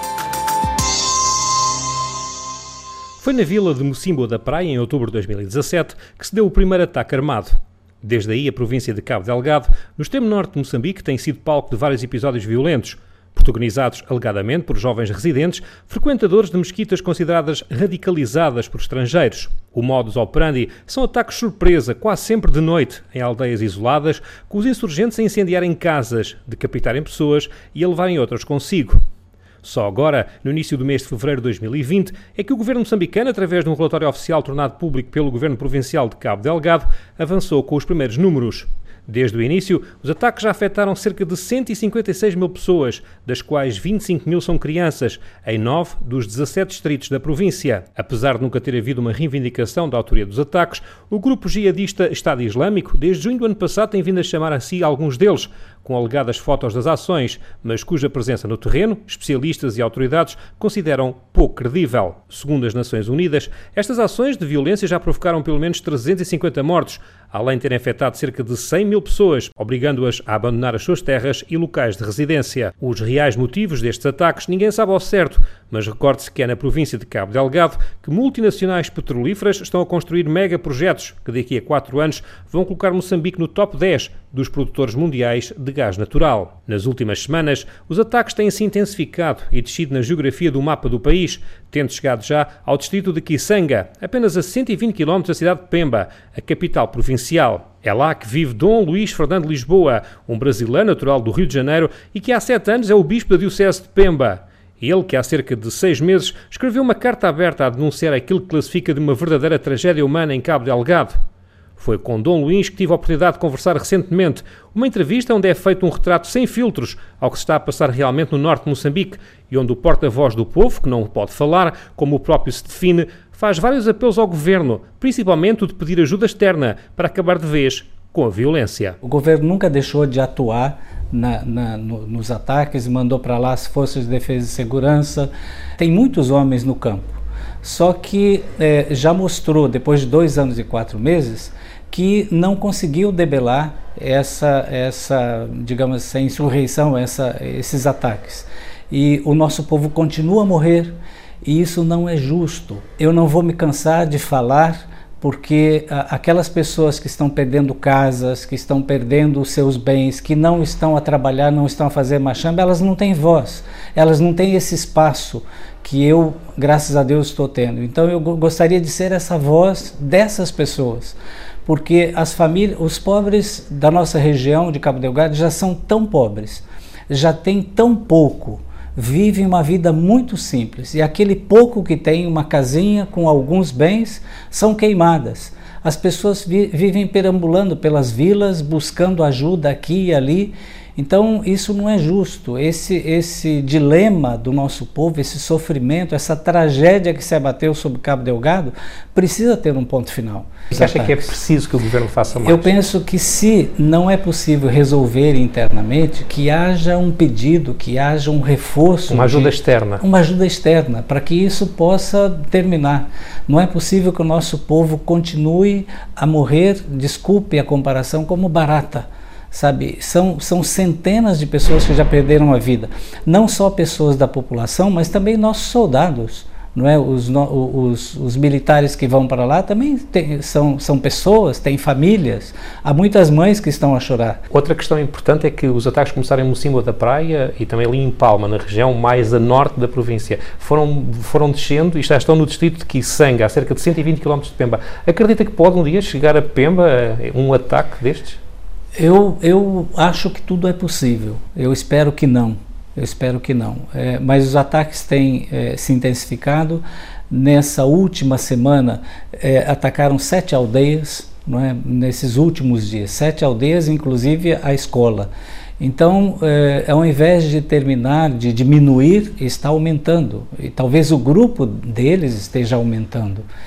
Foi na vila de Mocimboa da Praia, em outubro de dois mil e dezassete, que se deu o primeiro ataque armado. Desde aí, a província de Cabo Delgado, no extremo norte de Moçambique, tem sido palco de vários episódios violentos, protagonizados alegadamente por jovens residentes, frequentadores de mesquitas consideradas radicalizadas por estrangeiros. O modus operandi são ataques surpresa, quase sempre de noite, em aldeias isoladas, com os insurgentes a incendiarem casas, decapitarem pessoas e a levarem outras consigo. Só agora, no início do mês de fevereiro de dois mil e vinte, é que o governo moçambicano, através de um relatório oficial tornado público pelo governo provincial de Cabo Delgado, avançou com os primeiros números. Desde o início, os ataques já afetaram cerca de cento e cinquenta e seis mil pessoas, das quais vinte e cinco mil são crianças, em nove dos dezassete distritos da província. Apesar de nunca ter havido uma reivindicação da autoria dos ataques, o grupo jihadista Estado Islâmico, desde junho do ano passado, tem vindo a chamar a si alguns deles, com alegadas fotos das ações, mas cuja presença no terreno, especialistas e autoridades consideram pouco credível. Segundo as Nações Unidas, estas ações de violência já provocaram pelo menos trezentos e cinquenta mortos, além de terem afetado cerca de cem mil pessoas, obrigando-as a abandonar as suas terras e locais de residência. Os reais motivos destes ataques ninguém sabe ao certo, mas recorde-se que é na província de Cabo Delgado que multinacionais petrolíferas estão a construir megaprojetos que daqui a quatro anos vão colocar Moçambique no top dez dos produtores mundiais de gás natural. Nas últimas semanas, os ataques têm-se intensificado e descido na geografia do mapa do país, tendo chegado já ao distrito de Kisanga, apenas a cento e vinte quilómetros da cidade de Pemba, a capital provincial. É lá que vive Dom Luís Fernando Lisboa, um brasileiro natural do Rio de Janeiro e que há sete anos é o bispo da diocese de Pemba. Ele, que há cerca de seis meses, escreveu uma carta aberta a denunciar aquilo que classifica de uma verdadeira tragédia humana em Cabo Delgado. Foi com Dom Luís que tive a oportunidade de conversar recentemente, uma entrevista onde é feito um retrato sem filtros ao que se está a passar realmente no norte de Moçambique e onde o porta-voz do povo, que não pode falar, como o próprio se define, faz vários apelos ao governo, principalmente o de pedir ajuda externa para acabar de vez com a violência. O governo nunca deixou de atuar na, na, no, nos ataques, mandou para lá as forças de defesa e segurança. Tem muitos homens no campo, só que eh, já mostrou, depois de dois anos e quatro meses, que não conseguiu debelar essa, essa digamos, essa insurreição, essa, esses ataques. E o nosso povo continua a morrer, e isso não é justo. Eu não vou me cansar de falar, porque a, aquelas pessoas que estão perdendo casas, que estão perdendo os seus bens, que não estão a trabalhar, não estão a fazer machamba, elas não têm voz, elas não têm esse espaço que eu, graças a Deus, estou tendo. Então eu gostaria de ser essa voz dessas pessoas, porque as famílias, os pobres da nossa região de Cabo Delgado já são tão pobres, já têm tão pouco, vivem uma vida muito simples, e aquele pouco que tem, uma casinha com alguns bens, são queimadas. As pessoas vi, vivem perambulando pelas vilas, buscando ajuda aqui e ali. Então isso não é justo. Esse, esse dilema do nosso povo, esse sofrimento, essa tragédia que se abateu sobre Cabo Delgado, precisa ter um ponto final. Você acha que é preciso que o governo faça mais? Eu penso que, se não é possível resolver internamente, que haja um pedido, que haja um reforço. Uma ajuda de, externa. Uma ajuda externa, para que isso possa terminar. Não é possível que o nosso povo continue a morrer, desculpe a comparação, como barata. Sabe, são, são centenas de pessoas que já perderam a vida, não só pessoas da população, mas também nossos soldados, não é? Os, os, os militares que vão para lá também tem, são, são pessoas, têm famílias, há muitas mães que estão a chorar. Outra questão importante é que os ataques começaram em Mocimboa da Praia e também ali em Palma, na região mais a norte da província. Foram, foram descendo e já estão no distrito de Kisanga, a cerca de cento e vinte quilómetros de Pemba. Acredita que pode um dia chegar a Pemba um ataque destes? Eu, eu acho que tudo é possível, eu espero que não, eu espero que não, é, mas os ataques têm é, se intensificado. Nessa última semana é, atacaram sete aldeias, não é? Nesses últimos dias, sete aldeias, inclusive a escola. Então, é, ao invés de terminar, de diminuir, está aumentando, e talvez o grupo deles esteja aumentando.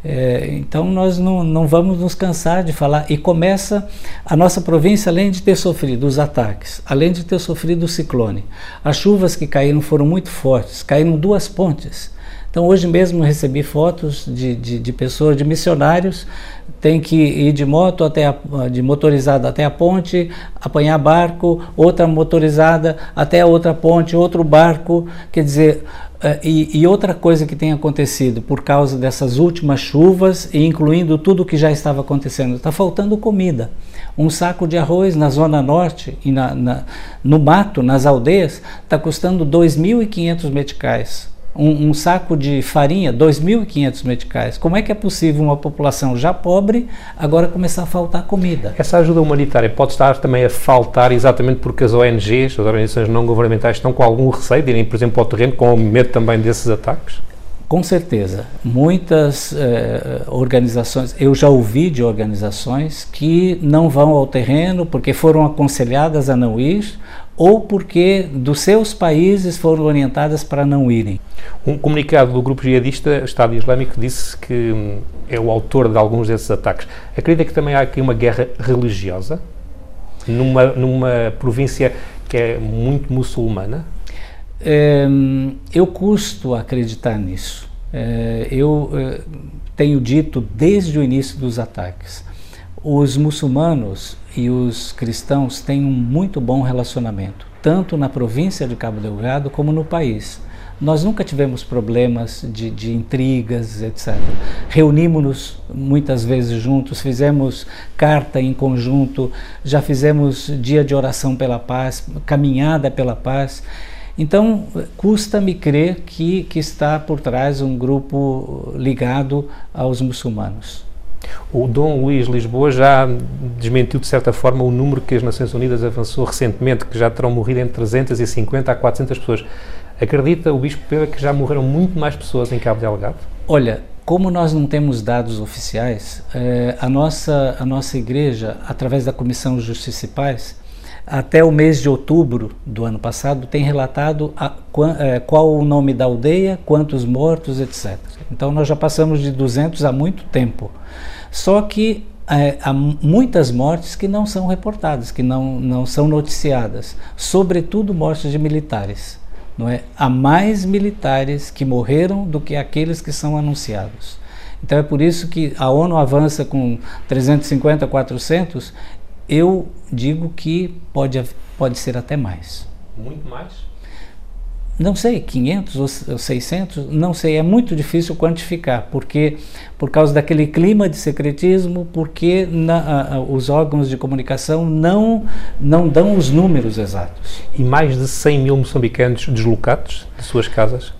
É, então nós não, não vamos nos cansar de falar. E começa a nossa província, além de ter sofrido os ataques, além de ter sofrido o ciclone, as chuvas que caíram foram muito fortes, caíram duas pontes. Então hoje mesmo recebi fotos de, de, de pessoas, de missionários, tem que ir de moto até a, de motorizada até a ponte, apanhar barco, outra motorizada até a outra ponte, outro barco, quer dizer, e, e outra coisa que tem acontecido por causa dessas últimas chuvas, e incluindo tudo o que já estava acontecendo, está faltando comida. Um saco de arroz na Zona Norte e na, na, no mato, nas aldeias, está custando dois mil e quinhentos meticais. Um, um saco de farinha, dois mil e quinhentos meticais. Como é que é possível uma população já pobre agora começar a faltar comida? Essa ajuda humanitária pode estar também a faltar exatamente porque as O N Gs, as organizações não governamentais, estão com algum receio de irem, por exemplo, ao terreno, com medo também desses ataques? Com certeza. Muitas eh, organizações, eu já ouvi de organizações que não vão ao terreno porque foram aconselhadas a não ir, ou porque dos seus países foram orientadas para não irem. Um comunicado do grupo jihadista Estado Islâmico disse que hum, é o autor de alguns desses ataques. Acredita que também há aqui uma guerra religiosa numa, numa província que é muito muçulmana? Hum, eu custo acreditar nisso. É, eu é, tenho dito desde o início dos ataques, os muçulmanos e os cristãos têm um muito bom relacionamento, tanto na província de Cabo Delgado como no país. Nós nunca tivemos problemas de, de intrigas, etcétera. Reunimos-nos muitas vezes juntos, fizemos carta em conjunto, já fizemos dia de oração pela paz, caminhada pela paz. Então, custa-me crer que, que está por trás um grupo ligado aos muçulmanos. O Dom Luís Lisboa já desmentiu, de certa forma, o número que as Nações Unidas avançou recentemente, que já terão morrido entre trezentas e cinquenta a quatrocentas pessoas. Acredita o Bispo Pedro que já morreram muito mais pessoas em Cabo Delgado? Olha, como nós não temos dados oficiais, eh, a, nossa, a nossa igreja, através da Comissão de Justiça e Paz, até o mês de outubro do ano passado, tem relatado a, eh, qual o nome da aldeia, quantos mortos, etcétera. Então nós já passamos de duzentos há muito tempo. Só que é, há muitas mortes que não são reportadas, que não, não são noticiadas, sobretudo mortes de militares. Não é? Há mais militares que morreram do que aqueles que são anunciados. Então é por isso que a ONU avança com trezentos e cinquenta, quatrocentos, eu digo que pode, pode ser até mais. Muito mais? Não sei, quinhentos ou seiscentos, não sei, é muito difícil quantificar, porque por causa daquele clima de secretismo, porque na, a, os órgãos de comunicação não, não dão os números exatos. E mais de cem mil moçambicanos deslocados de suas casas?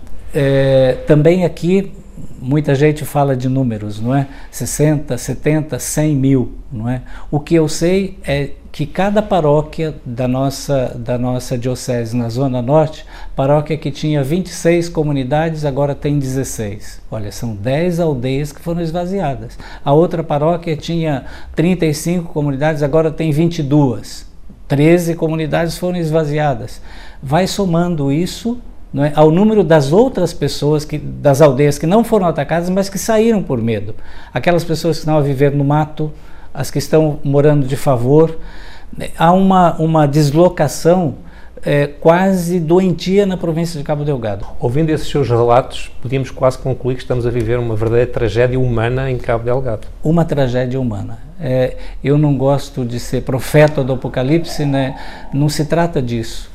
É, também aqui muita gente fala de números, não é? sessenta, setenta, cem mil, não é? O que eu sei é que cada paróquia da nossa, da nossa diocese na Zona Norte, paróquia que tinha vinte e seis comunidades, agora tem dezesseis. Olha, são dez aldeias que foram esvaziadas. A outra paróquia tinha trinta e cinco comunidades, agora tem vinte e duas. treze comunidades foram esvaziadas. Vai somando isso, não é, ao número das outras pessoas, que, das aldeias que não foram atacadas, mas que saíram por medo. Aquelas pessoas que estão a viver no mato, as que estão morando de favor. Há uma, uma deslocação é, quase doentia na província de Cabo Delgado. Ouvindo esses seus relatos, podíamos quase concluir que estamos a viver uma verdadeira tragédia humana em Cabo Delgado. Uma tragédia humana. É, eu não gosto de ser profeta do Apocalipse, né? Não se trata disso.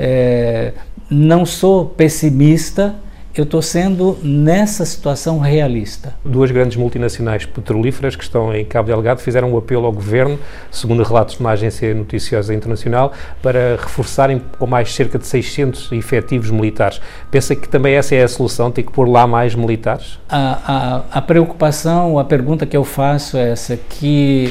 É, não sou pessimista, eu estou sendo, nessa situação, realista. Duas grandes multinacionais petrolíferas que estão em Cabo Delgado fizeram um apelo ao governo, segundo relatos de uma agência noticiosa internacional, para reforçarem com mais cerca de seiscentos efetivos militares. Pensa que também essa é a solução, ter que pôr lá mais militares? A, a, a preocupação, a pergunta que eu faço é essa, que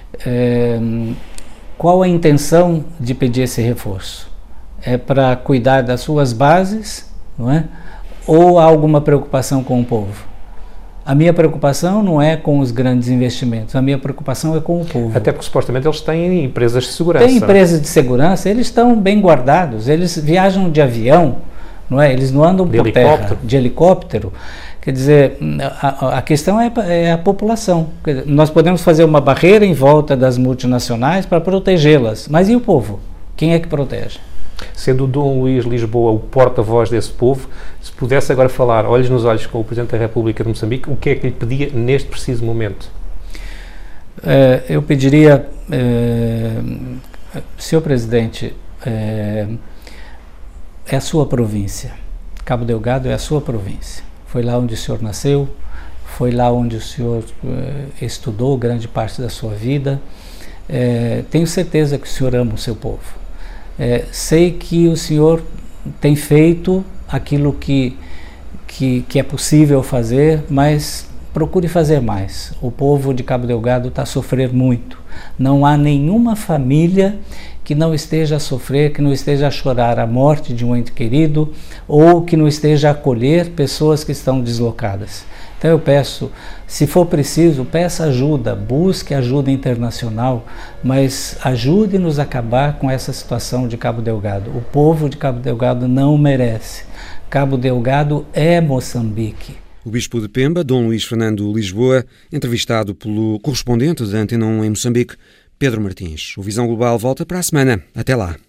é, qual a intenção de pedir esse reforço? É para cuidar das suas bases, não é? Ou há alguma preocupação com o povo? A minha preocupação não é com os grandes investimentos, a minha preocupação é com o povo. Até porque supostamente eles têm empresas de segurança. Tem empresas de segurança, eles estão bem guardados, eles viajam de avião, não é? Eles não andam por terra, de helicóptero. Quer dizer, a, a questão é, é a população. Nós podemos fazer uma barreira em volta das multinacionais para protegê-las, mas e o povo? Quem é que protege? Sendo o Dom Luís Lisboa o porta-voz desse povo, se pudesse agora falar olhos nos olhos com o Presidente da República de Moçambique, o que é que lhe pedia neste preciso momento? É, eu pediria, é, senhor Presidente, é, é a sua província. Cabo Delgado é a sua província. Foi lá onde o senhor nasceu, foi lá onde o senhor é, estudou grande parte da sua vida. É, tenho certeza que o senhor ama o seu povo. É, sei que o senhor tem feito aquilo que, que, que é possível fazer, mas procure fazer mais. O povo de Cabo Delgado está a sofrer muito. Não há nenhuma família que não esteja a sofrer, que não esteja a chorar a morte de um ente querido ou que não esteja a acolher pessoas que estão deslocadas. Então eu peço, se for preciso, peça ajuda, busque ajuda internacional, mas ajude-nos a acabar com essa situação de Cabo Delgado. O povo de Cabo Delgado não merece. Cabo Delgado é Moçambique. O Bispo de Pemba, Dom Luís Fernando Lisboa, entrevistado pelo correspondente da Antena um em Moçambique, Pedro Martins. O Visão Global volta para a semana. Até lá.